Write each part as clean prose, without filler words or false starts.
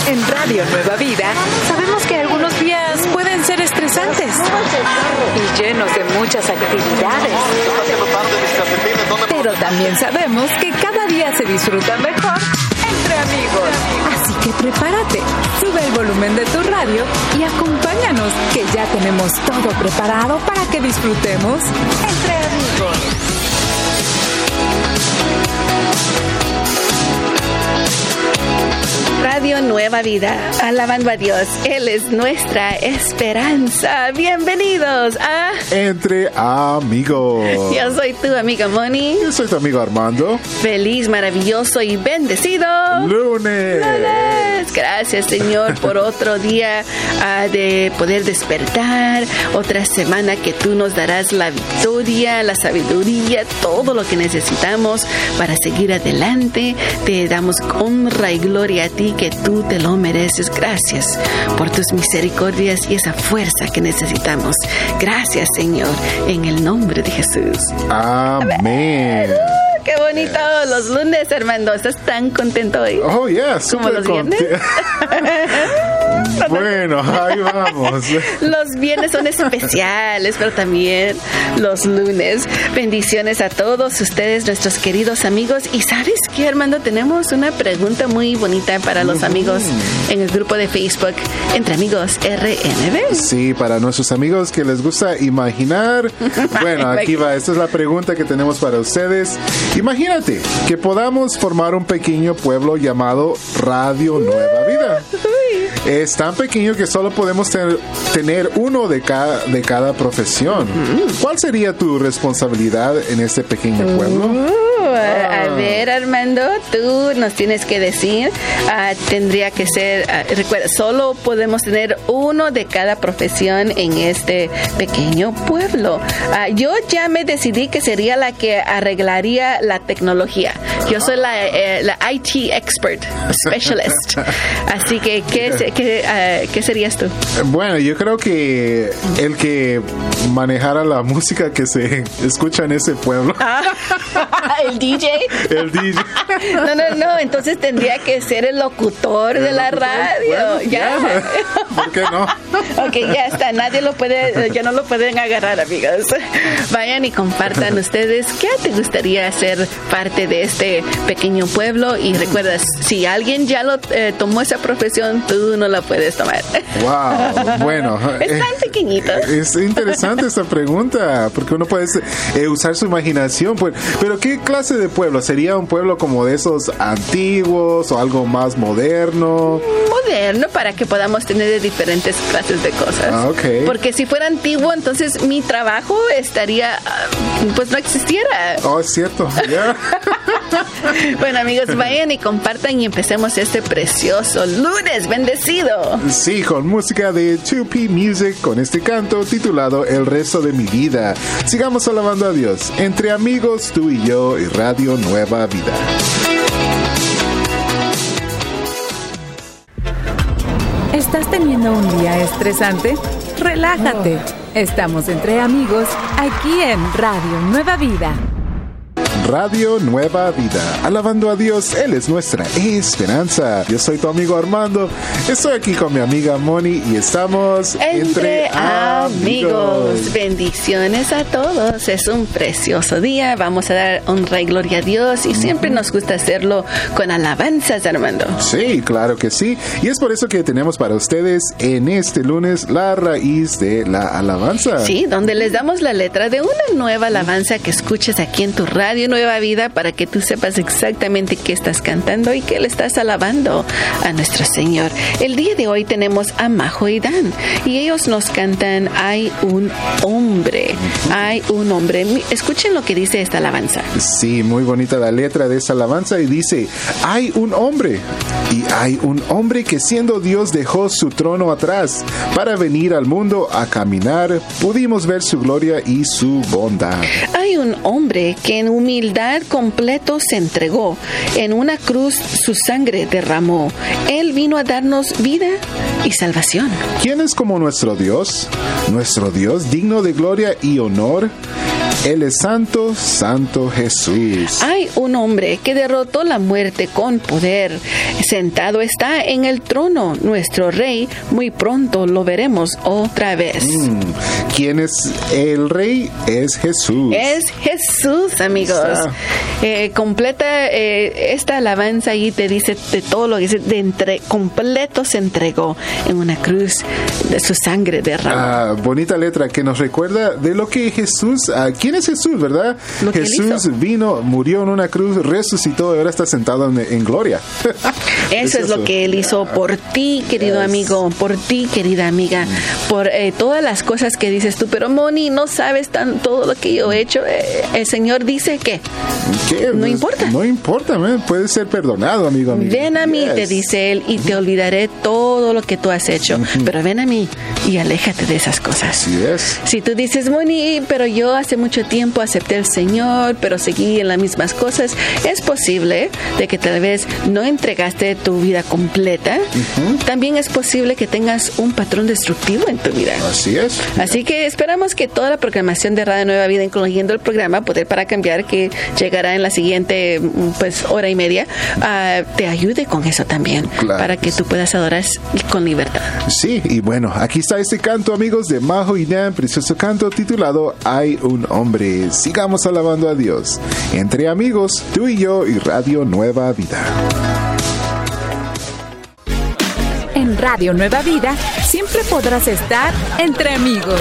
En Radio Nueva Vida sabemos que algunos días pueden ser estresantes y llenos de muchas actividades. Pero también sabemos que cada día se disfruta mejor entre amigos. Así que prepárate, sube el volumen de tu radio y acompáñanos, que ya tenemos todo preparado para que disfrutemos entre amigos. Radio Nueva Vida, alabando a Dios. Él es nuestra esperanza. Bienvenidos a Entre Amigos. Yo soy tu amiga Moni. Yo soy tu amigo Armando. Feliz, maravilloso y bendecido Lunes. Gracias, Señor, por otro día de poder despertar. Otra semana que tú nos darás la victoria, la sabiduría, todo lo que necesitamos para seguir adelante. Te damos honra y gloria a ti, que tú te lo mereces. Gracias por tus misericordias y esa fuerza que necesitamos. Gracias, Señor, en el nombre de Jesús. Amén. ¡Qué bonito! Los lunes, Armando. ¿Estás tan contento hoy? Oh, yeah. ¿Como los viernes? Bueno, ahí vamos. Los viernes son especiales, pero también los lunes. Bendiciones a todos ustedes, nuestros queridos amigos. Y ¿sabes qué, Armando? Tenemos una pregunta muy bonita para los amigos en el grupo de Facebook Entre Amigos RNB. Sí, para nuestros amigos que les gusta imaginar. Bueno, aquí va. Esta es la pregunta que tenemos para ustedes. Imagínate que podamos formar un pequeño pueblo llamado Radio Nueva Vida. Es tan pequeño que solo podemos tener uno de cada profesión. ¿Cuál sería tu responsabilidad en este pequeño pueblo? A ver, Armando, tú nos tienes que decir, tendría que ser, recuerda, solo podemos tener uno de cada profesión en este pequeño pueblo. Yo ya me decidí que sería la que arreglaría la tecnología. Yo soy la IT expert, specialist. Así que, ¿qué serías tú? Bueno, yo creo que el que manejara la música que se escucha en ese pueblo. ¿El DJ? El DJ. No, entonces tendría que ser el locutor de la radio. Bueno, ya. ¿Por qué no? Ok, ya está. Ya no lo pueden agarrar, amigos. Vayan y compartan ustedes qué te gustaría ser parte de este pequeño pueblo. Y recuerda, si alguien ya lo tomó esa profesión, tú no la puedes tomar. Wow, bueno. Es tan pequeñito. Es interesante esta pregunta, porque uno puede usar su imaginación. Pero ¿qué clase de pueblo? ¿Sería un pueblo como de esos antiguos o algo más moderno? Moderno, para que podamos tener de diferentes clases de cosas. Okay. Porque si fuera antiguo, entonces mi trabajo estaría, pues no existiera. Oh, es cierto. Yeah. Bueno, amigos, vayan y compartan y empecemos este precioso lunes bendecido. Sí, con música de 2P Music, con este canto titulado El resto de mi vida. Sigamos alabando a Dios, entre amigos, tú y yo, y Radio Nueva Vida. ¿Estás teniendo un día estresante? Relájate. Estamos entre amigos aquí en Radio Nueva Vida. Radio Nueva Vida, alabando a Dios, Él es nuestra esperanza. Yo soy tu amigo Armando, estoy aquí con mi amiga Moni y estamos entre amigos. Bendiciones a todos, es un precioso día, vamos a dar honra y gloria a Dios y siempre nos gusta hacerlo con alabanzas, Armando. Sí, claro que sí, y es por eso que tenemos para ustedes en este lunes la raíz de la alabanza. Sí, donde les damos la letra de una nueva alabanza que escuches aquí en tu radio Nueva Vida, para que tú sepas exactamente qué estás cantando y qué le estás alabando a nuestro Señor. El día de hoy tenemos a Majo y Dan y ellos nos cantan Hay un hombre. Hay un hombre. Escuchen lo que dice esta alabanza. Sí, muy bonita la letra de esta alabanza y dice: hay un hombre, y hay un hombre que siendo Dios dejó su trono atrás para venir al mundo a caminar. Pudimos ver su gloria y su bondad. Hay un hombre que en humildad completo se entregó. En una cruz su sangre derramó. Él vino a darnos vida y salvación. ¿Quién es como nuestro Dios? Nuestro Dios digno de gloria y honor. Él es santo, santo Jesús. Hay un hombre que derrotó la muerte con poder. Sentado está en el trono, nuestro Rey. Muy pronto lo veremos otra vez. ¿Quién es el Rey? Es Jesús. Es Jesús, amigos. Completa esta alabanza y te dice de todo lo que dice, completo se entregó en una cruz, de su sangre derramada. Bonita letra que nos recuerda de lo que Jesús, ¿quién es Jesús, verdad? Jesús vino, murió en una cruz, resucitó y ahora está sentado en gloria. Eso es lo que Él hizo por ti, querido amigo, por ti, querida amiga, por todas las cosas que dices tú, pero Moni, no sabes todo lo que yo he hecho. El Señor dice que no importa. No importa, puedes ser perdonado, amigo. Ven a mí, te dice Él, y te olvidaré todo lo que tú has hecho. Pero ven a mí y aléjate de esas cosas. Así es. Si tú dices, Moni, pero yo hace mucho tiempo acepté al Señor, pero seguí en las mismas cosas, es posible de que tal vez no entregaste tu vida completa. También es posible que tengas un patrón destructivo en tu vida. Así es. Así que esperamos que toda la programación de Radio Nueva Vida, incluyendo el programa Poder para Cambiar, que llegará en la siguiente hora y media, te ayude con eso también, para que tú puedas adorar con libertad. Sí, y bueno, aquí está este canto, amigos, de Majo y Dan, precioso canto titulado Hay un hombre. Sigamos alabando a Dios. Entre amigos, tú y yo y Radio Nueva Vida. En Radio Nueva Vida siempre podrás estar entre amigos.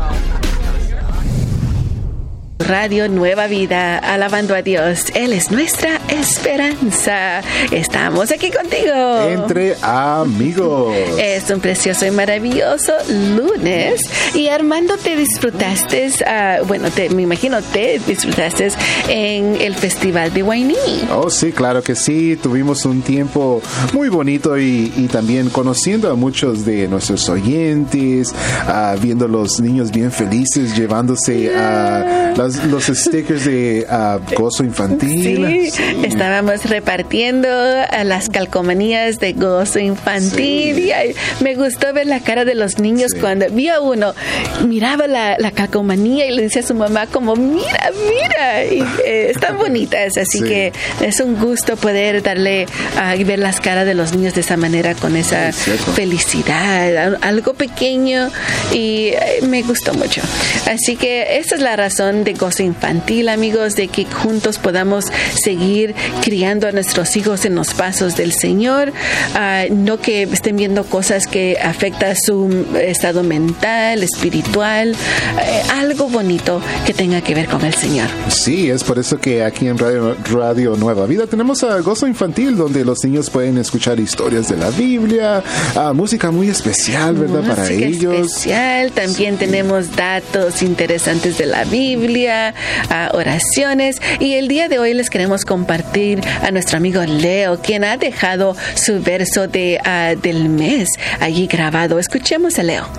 Radio Nueva Vida, alabando a Dios. Él es nuestra esperanza. Estamos aquí contigo. Entre amigos. Es un precioso y maravilloso lunes. Y Armando, te disfrutaste, me imagino te disfrutaste en el Festival de Wainí. Oh, sí, claro que sí. Tuvimos un tiempo muy bonito y también conociendo a muchos de nuestros oyentes, viendo los niños bien felices, llevándose a los stickers de gozo infantil. Sí, estábamos repartiendo a las calcomanías de gozo infantil. Y me gustó ver la cara de los niños cuando vio uno, miraba la calcomanía y le decía a su mamá como, mira, y están bonitas, así que es un gusto poder darle ver las caras de los niños de esa manera, con esa felicidad, algo pequeño, y me gustó mucho. Así que esa es la razón de gozo infantil, amigos, de que juntos podamos seguir criando a nuestros hijos en los pasos del Señor, no que estén viendo cosas que afectan su estado mental, espiritual, algo bonito que tenga que ver con el Señor. Sí, es por eso que aquí en Radio Nueva Vida tenemos a Gozo Infantil, donde los niños pueden escuchar historias de la Biblia, música muy especial, ¿verdad? Música para ellos. Especial. También tenemos datos interesantes de la Biblia, oraciones, y el día de hoy les queremos compartir a nuestro amigo Leo, quien ha dejado su verso del mes allí grabado. Escuchemos a Leo.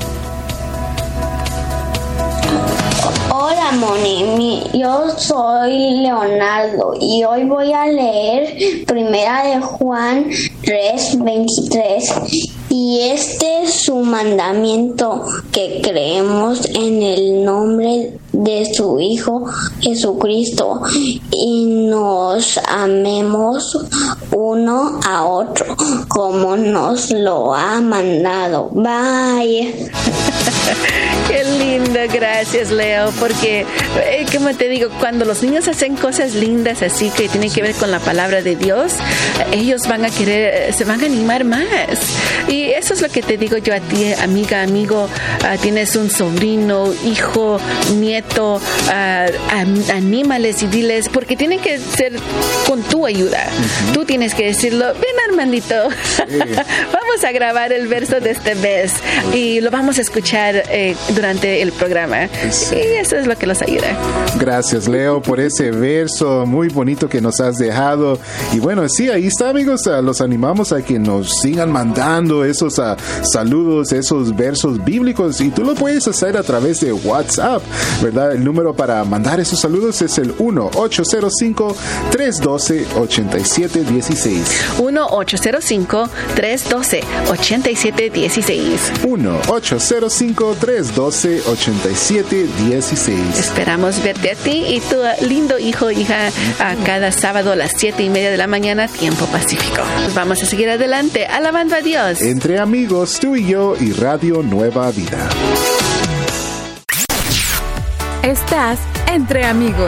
Hola Moni, yo soy Leonardo y hoy voy a leer Primera de Juan 3:23. Y este es su mandamiento, que creemos en el nombre de su Hijo Jesucristo y nos amemos uno a otro como nos lo ha mandado. Bye. Qué lindo, gracias Leo, porque como te digo, cuando los niños hacen cosas lindas así que tienen que ver con la palabra de Dios, ellos van a querer, se van a animar más. Y eso es lo que te digo yo a ti, amiga, amigo, tienes un sobrino, hijo, nieto, anímales y diles, porque tienen que ser con tu ayuda. Tú tienes que decirlo, ven Armandito, vamos a grabar el verso de este mes y lo vamos a escuchar durante el programa. Y eso es lo que los ayuda. Gracias Leo por ese verso muy bonito que nos has dejado. Y bueno, sí, ahí está, amigos, los animamos a que nos sigan mandando esos saludos, esos versos bíblicos, y tú lo puedes hacer a través de WhatsApp, ¿verdad? ¿verdad? El número para mandar esos saludos es el 1-805-312-8716. 1-805-312-8716. 1-805-312-8716. Esperamos verte a ti y tu lindo hijo o hija a cada sábado a las 7:30 de la mañana, tiempo pacífico. Pues vamos a seguir adelante, alabando a Dios. Entre amigos, tú y yo y Radio Nueva Vida. Estás entre amigos.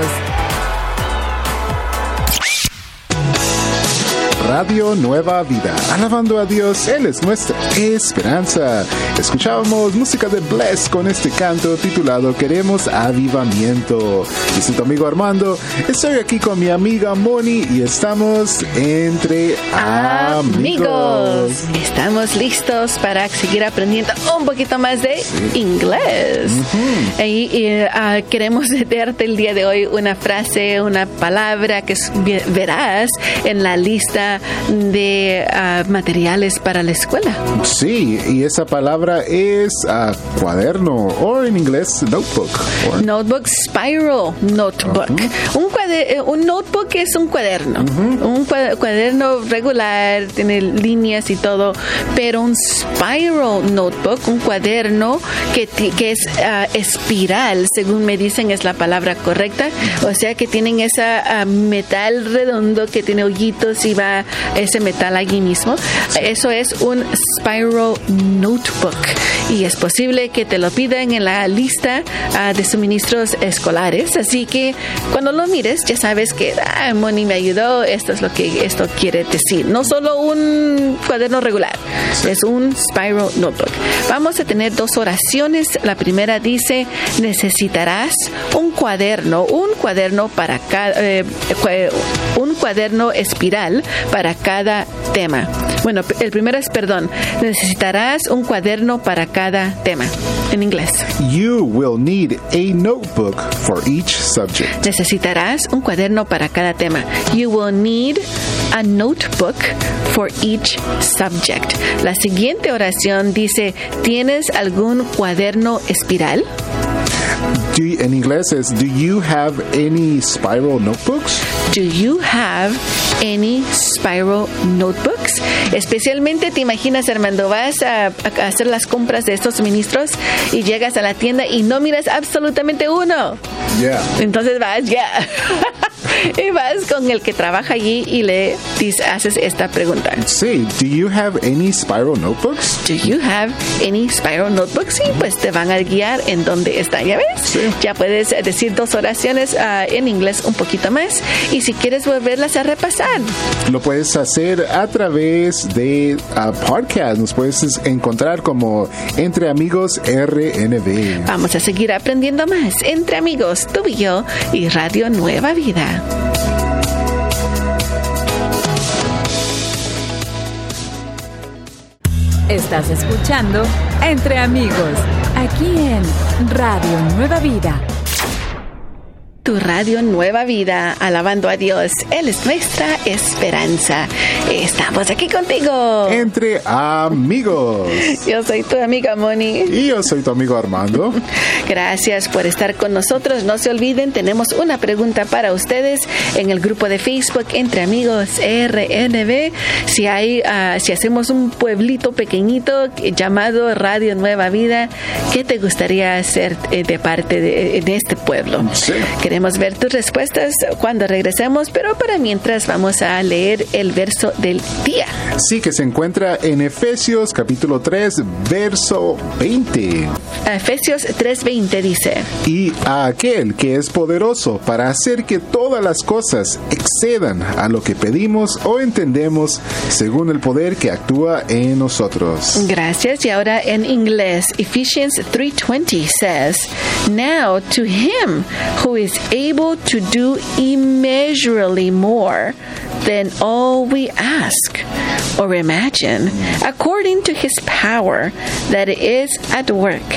Radio Nueva Vida, alabando a Dios, Él es nuestra esperanza. Escuchábamos música de Bless con este canto titulado Queremos Avivamiento. Yo soy tu amigo Armando, estoy aquí con mi amiga Moni y estamos entre amigos. Estamos listos para seguir aprendiendo un poquito más de inglés. Queremos darte el día de hoy una frase, una palabra que verás en la lista de materiales para la escuela. Sí, y esa palabra es cuaderno, o en inglés notebook. Notebook, spiral notebook. Un notebook es un cuaderno. Un cuaderno regular, tiene líneas y todo, pero un spiral notebook, un cuaderno que es espiral, según me dicen es la palabra correcta, o sea que tienen esa metal redondo que tiene hoyitos y va ese metal allí mismo. Eso es un spiral notebook y es posible que te lo pidan en la lista de suministros escolares, así que cuando lo mires ya sabes que Moni me ayudó, esto es lo que esto quiere decir, no solo un cuaderno regular, es un spiral notebook. Vamos a tener dos oraciones. La primera dice: necesitarás un cuaderno para cada un cuaderno espiral para cada tema. Bueno, el primero es necesitarás un cuaderno para cada tema. En inglés. You will need a notebook for each subject. Necesitarás un cuaderno para cada tema. You will need a notebook for each subject. La siguiente oración dice: ¿tienes algún cuaderno espiral? En inglés es: do you have any spiral notebooks? Do you have any spiral notebooks? Especialmente te imaginas, Armando, vas a hacer las compras de estos suministros y llegas a la tienda y no miras absolutamente uno. Yeah. Entonces vas, y vas con el que trabaja allí y le haces esta pregunta. Sí, do you have any spiral notebooks? Do you have any spiral notebooks? Y pues te van a guiar en dónde está, ¿ya ves? Sí. Ya puedes decir dos oraciones en inglés un poquito más y si quieres volverlas a repasar. Lo puedes hacer a través de podcast. Nos puedes encontrar como Entre Amigos RNB. Vamos a seguir aprendiendo más Entre Amigos, tú y yo y Radio Nueva Vida. Estás escuchando Entre Amigos, aquí en Radio Nueva Vida. Tu Radio Nueva Vida, alabando a Dios. Él es nuestra esperanza. Estamos aquí contigo. Entre amigos. Yo soy tu amiga Moni. Y yo soy tu amigo Armando. Gracias por estar con nosotros. No se olviden, tenemos una pregunta para ustedes en el grupo de Facebook Entre Amigos RNB. Si hacemos un pueblito pequeñito llamado Radio Nueva Vida, ¿qué te gustaría hacer de parte de este pueblo? Sí. Queremos ver tus respuestas cuando regresemos, pero para mientras vamos a leer el verso del día. Sí, que se encuentra en Efesios capítulo 3, verso 20. Efesios 3:20 dice: y a aquel que es poderoso para hacer que todas las cosas excedan a lo que pedimos o entendemos según el poder que actúa en nosotros. Gracias. Y ahora en inglés, Ephesians 3:20 says, now to him who is able to do immeasurably more than all we ask or imagine, according to his power that is at work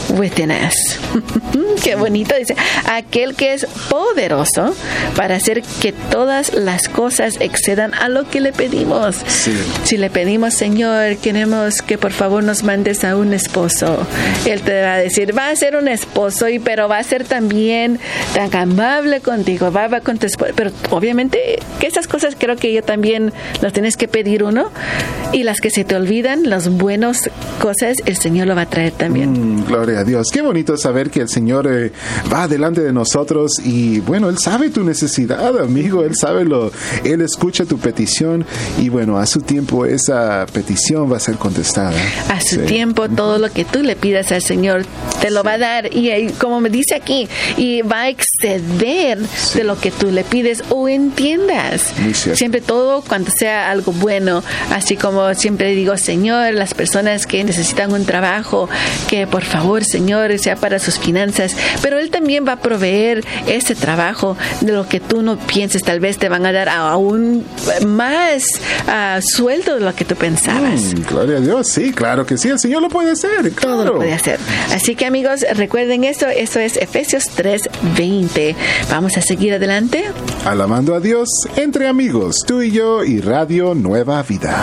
within us. Qué bonito, dice, aquel que es poderoso para hacer que todas las cosas excedan a lo que le pedimos. Sí. Si le pedimos, Señor, queremos que por favor nos mandes a un esposo, Él te va a decir, va a ser un esposo, pero va a ser también tan amable contigo, va con tu esposo. Pero obviamente que esas cosas creo que yo también las tienes que pedir uno, y las que se te olvidan, las buenas cosas, el Señor lo va a traer también. Gloria a Dios. Qué bonito saber que el Señor va delante de nosotros y bueno, Él sabe tu necesidad, amigo. Él sabe Él escucha tu petición y bueno, a su tiempo esa petición va a ser contestada. A su tiempo, todo lo que tú le pidas al Señor te lo va a dar, y como me dice aquí, y va a exceder de lo que tú le pides o entiendas. Siempre todo cuando sea algo bueno, así como siempre digo, Señor, las personas que necesitan un trabajo, que por favor, Señor, sea para sus finanzas, pero Él también va a proveer ese trabajo de lo que tú no pienses. Tal vez te van a dar aún más sueldo de lo que tú pensabas. Gloria a Dios, sí, claro que sí, el Señor lo puede hacer, claro. Todo lo puede hacer. Así que amigos, recuerden eso es Efesios 3:20. Vamos a seguir adelante. Alabando a Dios entre amigos, tú y yo y Radio Nueva Vida.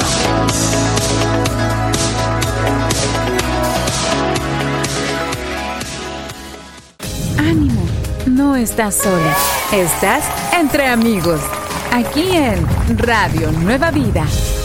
Ánimo, no estás sola, estás entre amigos, aquí en Radio Nueva Vida.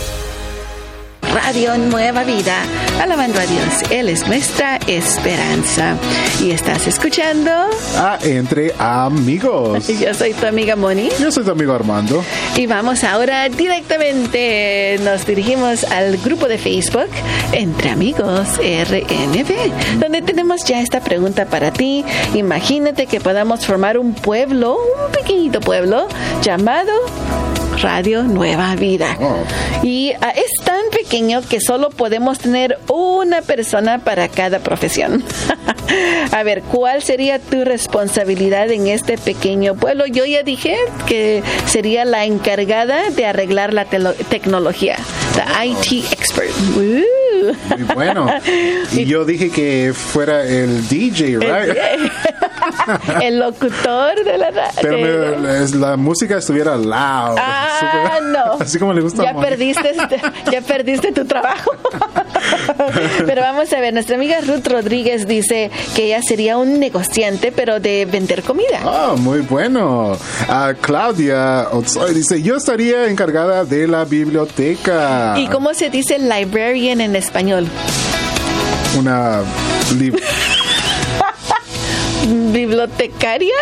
Radio Nueva Vida, alabando a Dios, Él es nuestra esperanza. Y estás escuchando Entre Amigos. Yo soy tu amiga Moni. Yo soy tu amigo Armando. Y vamos ahora directamente, nos dirigimos al grupo de Facebook Entre Amigos RNB, donde tenemos ya esta pregunta para ti. Imagínate que podamos formar un pueblo, un pequeñito pueblo llamado Radio Nueva Vida. Y es tan pequeño que solo podemos tener una persona para cada profesión. A ver, ¿cuál sería tu responsabilidad en este pequeño pueblo? Yo ya dije que sería la encargada de arreglar la tecnología, the IT expert. Muy bueno. Y yo dije que fuera el DJ, right? El locutor de la radio. Pero la música estuviera loud. No. Así como le gusta a Moni. Ya perdiste tu trabajo. Pero vamos a ver, nuestra amiga Ruth Rodríguez dice que ella sería un negociante, pero de vender comida. Muy bueno. Claudia Otsoy dice, yo estaría encargada de la biblioteca. ¿Y cómo se dice librarian en español? Una bibliotecaria.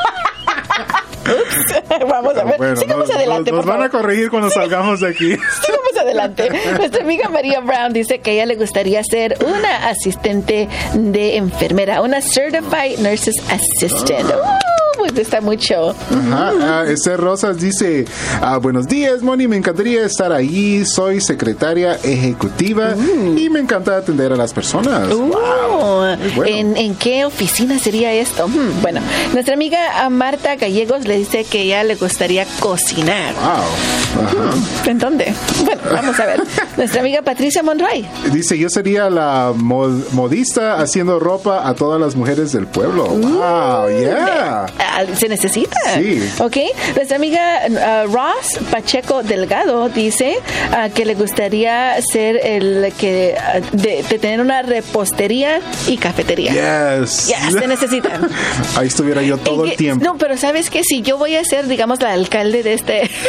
Ups. Vamos a ver. Bueno, sigamos adelante. Nos van a corregir cuando salgamos de aquí. Sigamos adelante. Nuestra amiga María Brown dice que a ella le gustaría ser una asistente de enfermera, una Certified Nurses Assistant. Pues está mucho. Esther Rosas dice, buenos días, Moni, me encantaría estar ahí, soy secretaria ejecutiva y me encanta atender a las personas. Wow. Bueno. ¿En qué oficina sería esto? Bueno, nuestra amiga Marta Gallegos le dice que ella le gustaría cocinar. ¿En dónde? Bueno, vamos a ver. Nuestra amiga Patricia Monroy dice, yo sería la modista haciendo ropa a todas las mujeres del pueblo. Wow, yeah. Se necesita. Sí. Ok. Nuestra amiga Ross Pacheco Delgado dice que le gustaría ser el que de tener una repostería y cafetería. Yes. Ya, se necesita. Ahí estuviera yo todo el tiempo. No, pero ¿sabes qué? Si yo voy a ser, digamos, la alcalde de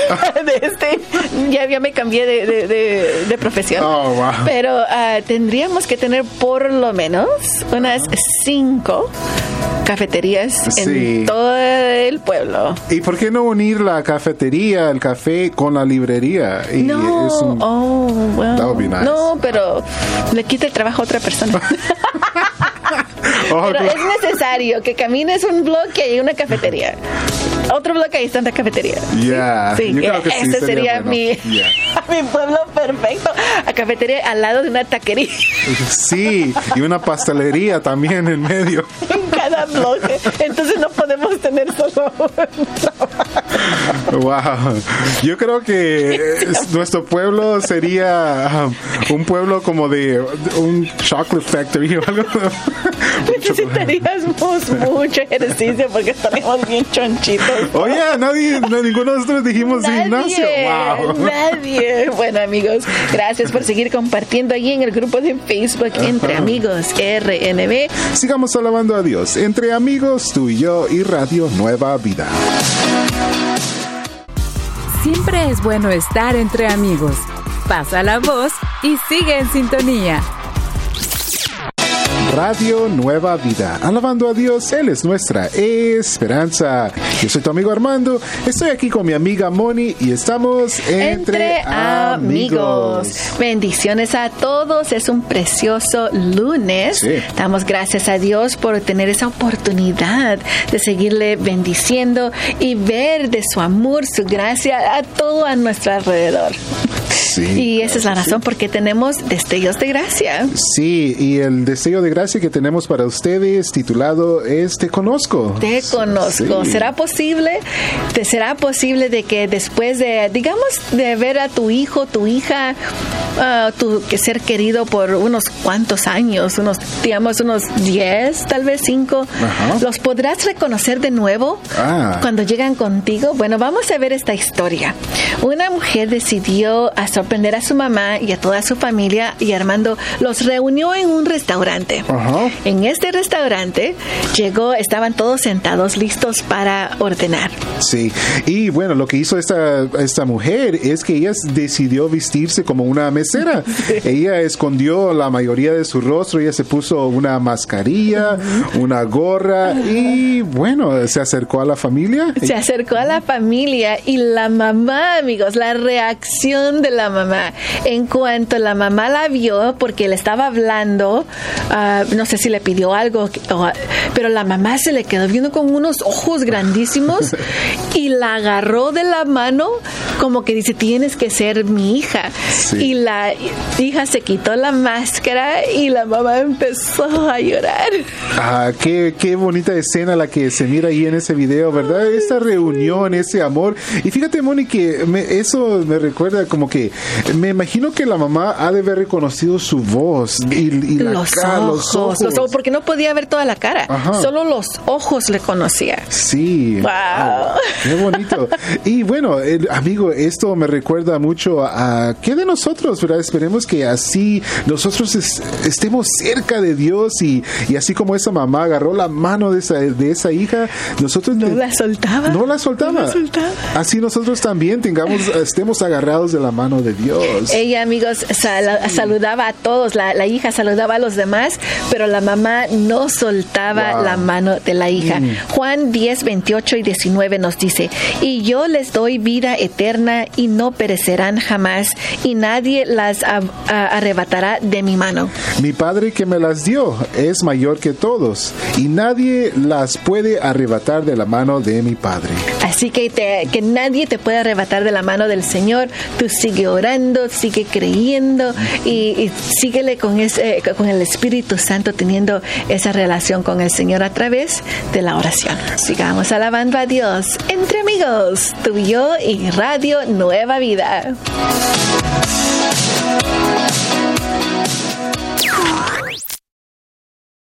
ya me cambié de profesión. Wow. Pero tendríamos que tener por lo menos unas 5 cafeterías en todo el pueblo. ¿Y por qué no unir la cafetería, el café con la librería? Y that would be nice. No, pero le quita el trabajo a otra persona. Pero es necesario que camines un bloque y hay una cafetería. Otro bloque y está en la cafetería. Yeah, sí, ese sería bueno. mi pueblo perfecto. La cafetería al lado de una taquería. Sí, y una pastelería también en medio. En cada da bloque. Entonces no podemos tener solo un trabajo. Wow. Yo creo que nuestro pueblo sería un pueblo como de un chocolate factory o algo. Necesitaríamos mucho ejercicio porque estaríamos bien chonchitos. Oye, ninguno de nosotros dijimos gimnasio. Wow. Nadie. Bueno, amigos, gracias por seguir compartiendo ahí en el grupo de Facebook Entre Amigos RNB. Sigamos alabando a Dios. Entre amigos, tú y yo y Radio Nueva Vida. Siempre es bueno estar entre amigos. Pasa la voz y sigue en sintonía. Radio Nueva Vida, alabando a Dios, Él es nuestra esperanza. Yo soy tu amigo Armando, estoy aquí con mi amiga Moni y estamos entre amigos. Bendiciones a todos, es un precioso lunes. Sí. Damos gracias a Dios por tener esa oportunidad de seguirle bendiciendo y ver de su amor, su gracia a todo a nuestro alrededor. Sí, y esa es la razón por qué tenemos destellos de gracia. Sí, y el destello de gracia que tenemos para ustedes titulado es Te Conozco. Te conozco. Sí. ¿Será posible? ¿Te será posible de que después de, digamos, de ver a tu hijo, tu hija, tu ser querido por unos cuantos años, unos 10, tal vez 5, Ajá. los podrás reconocer de nuevo cuando llegan contigo? Bueno, vamos a ver esta historia. Una mujer decidió sorprender a su mamá y a toda su familia y Armando los reunió en un restaurante. Ajá. En este restaurante estaban todos sentados listos para ordenar. Sí, y bueno, lo que hizo esta mujer es que ella decidió vestirse como una mesera. Sí. Ella escondió la mayoría de su rostro, ella se puso una mascarilla, una gorra y bueno, se acercó a la familia. Se acercó a la familia y la mamá, amigos, la reacción de la mamá. En cuanto la mamá la vio, porque le estaba hablando, no sé si le pidió algo, pero la mamá se le quedó viendo con unos ojos grandísimos y la agarró de la mano como que dice, tienes que ser mi hija. Sí. Y la hija se quitó la máscara y la mamá empezó a llorar. Qué bonita escena la que se mira ahí en ese video, ¿verdad? Esa reunión, ese amor. Y fíjate, Moni, que eso me recuerda como que me imagino que la mamá ha de haber reconocido su voz y los ojos, porque no podía ver toda la cara. Ajá. Solo los ojos le conocía. Sí. Wow. Qué bonito. Y bueno, amigo, esto me recuerda mucho a ¿qué de nosotros, verdad? Esperemos que así nosotros estemos cerca de Dios y así como esa mamá agarró la mano de esa hija, nosotros no la soltaba. Así nosotros también estemos agarrados de la mano de Dios. Ella, amigos, saludaba a todos, la hija saludaba a los demás, pero la mamá no soltaba la mano de la hija. Juan 10, 28 y 19 nos dice, y yo les doy vida eterna y no perecerán jamás, y nadie las arrebatará de mi mano. Mi Padre que me las dio es mayor que todos, y nadie las puede arrebatar de la mano de mi Padre. Así que nadie te puede arrebatar de la mano del Señor. Tú sigue orando, sigue creyendo y síguele con el Espíritu Santo teniendo esa relación con el Señor a través de la oración. Sigamos alabando a Dios entre amigos, tú y yo y Radio Nueva Vida.